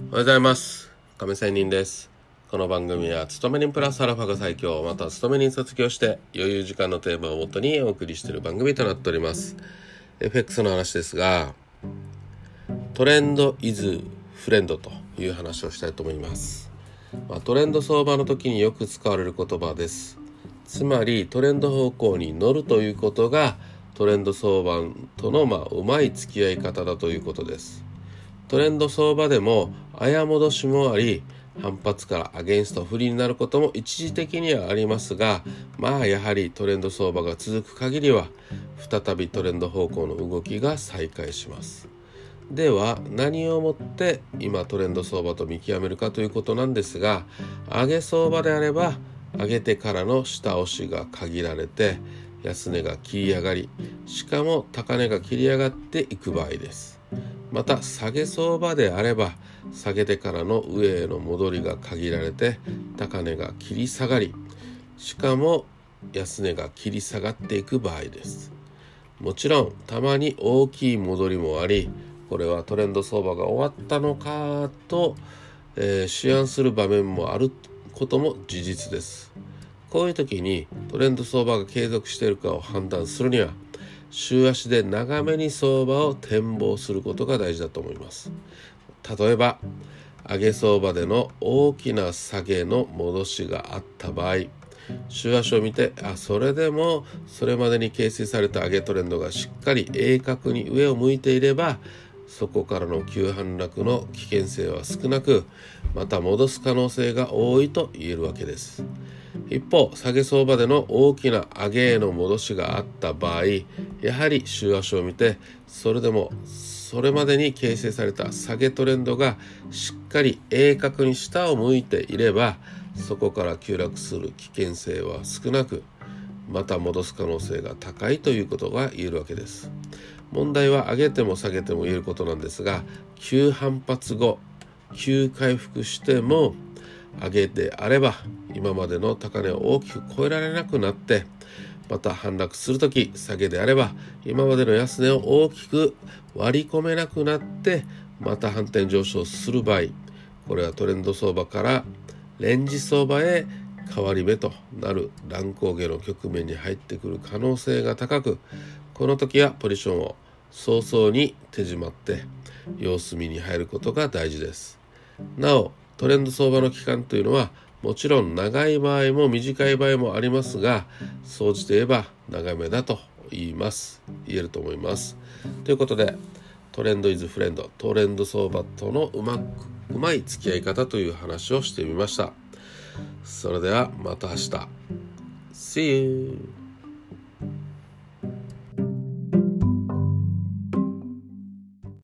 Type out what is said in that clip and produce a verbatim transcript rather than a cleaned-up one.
おはようございます。亀仙人です。この番組は勤め人プラスアルファが最強、または勤め人卒業して余裕時間のテーマをもとにお送りしている番組となっております。 エフエックス の話ですが、トレンドイズフレンドという話をしたいと思います。まあ、トレンド相場の時によく使われる言葉です。つまりトレンド方向に乗るということがトレンド相場とのまあうまい付き合い方だということです。トレンド相場でも早戻しもあり、反発からアゲンスト不利になることも一時的にはありますが、まあやはりトレンド相場が続く限りは再びトレンド方向の動きが再開します。では何をもって今トレンド相場と見極めるかということなんですが、上げ相場であれば上げてからの下押しが限られて安値が切り上がり、しかも高値が切り上がっていく場合です。また下げ相場であれば下げてからの上への戻りが限られて高値が切り下がり、しかも安値が切り下がっていく場合です。もちろんたまに大きい戻りもあり、これはトレンド相場が終わったのかと、えー、思案する場面もあることも事実です。こういう時にトレンド相場が継続しているかを判断するには、週足で長めに相場を展望することが大事だと思います。例えば上げ相場での大きな下げの戻しがあった場合、週足を見て、あ、それでもそれまでに形成された上げトレンドがしっかり鋭角に上を向いていれば、そこからの急反落の危険性は少なく、また戻す可能性が多いと言えるわけです。一方、下げ相場での大きな上げへの戻しがあった場合、やはり週足を見て、それでもそれまでに形成された下げトレンドがしっかり鋭角に下を向いていれば、そこから急落する危険性は少なく、また戻す可能性が高いということが言えるわけです。問題は上げても下げても言えることなんですが、急反発後、急回復しても上げであれば今までの高値を大きく超えられなくなって、また反落するとき、下げであれば今までの安値を大きく割り込めなくなってまた反転上昇する場合、これはトレンド相場からレンジ相場へ変わり目となる乱高下の局面に入ってくる可能性が高く、この時はポジションを早々に手締まって様子見に入ることが大事です。なおトレンド相場の期間というのはもちろん長い場合も短い場合もありますが、総じて言えば長めだと言います言えると思います。ということで、トレンドイズフレンド、トレンド相場とのうまくうまい付き合い方という話をしてみました。それではまた明日。See you!